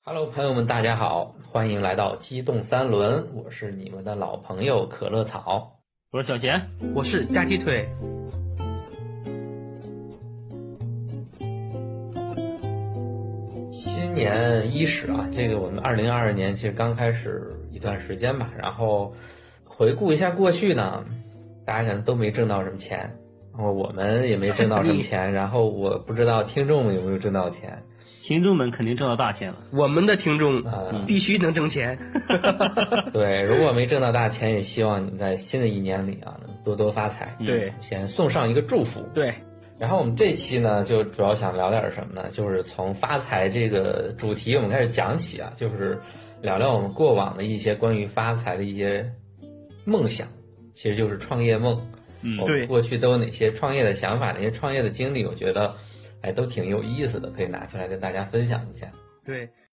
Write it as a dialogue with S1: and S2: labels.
S1: Hello，朋友们，大家好，欢迎来到机动三轮，我是你们的老朋友可乐草。
S2: 我是小贤，
S3: 我是夹鸡腿。
S1: 新年伊始啊，这个我们2022年其实刚开始一段时间吧，然后回顾一下过去呢，大家可能都没挣到什么钱，然后我们也没挣到什么钱，然后我不知道听众们有没有挣到钱。
S2: 听众们肯定挣到大钱了。
S3: 我们的听众必须能挣钱。
S1: 对，如果没挣到大钱，也希望你们在新的一年里啊，能多多发财。
S3: 对，
S1: 先送上一个祝福。
S3: 对，
S1: 然后我们这期呢，就主要想聊点什么呢？就是从发财这个主题我们开始讲起啊，就是聊聊我们过往的一些关于发财的一些梦想，其实就是创业梦。我们过去都有哪些创业的想法，哪些创业的经历，我觉得都挺有意思的，可以拿出来跟大家分享一下。
S3: 对，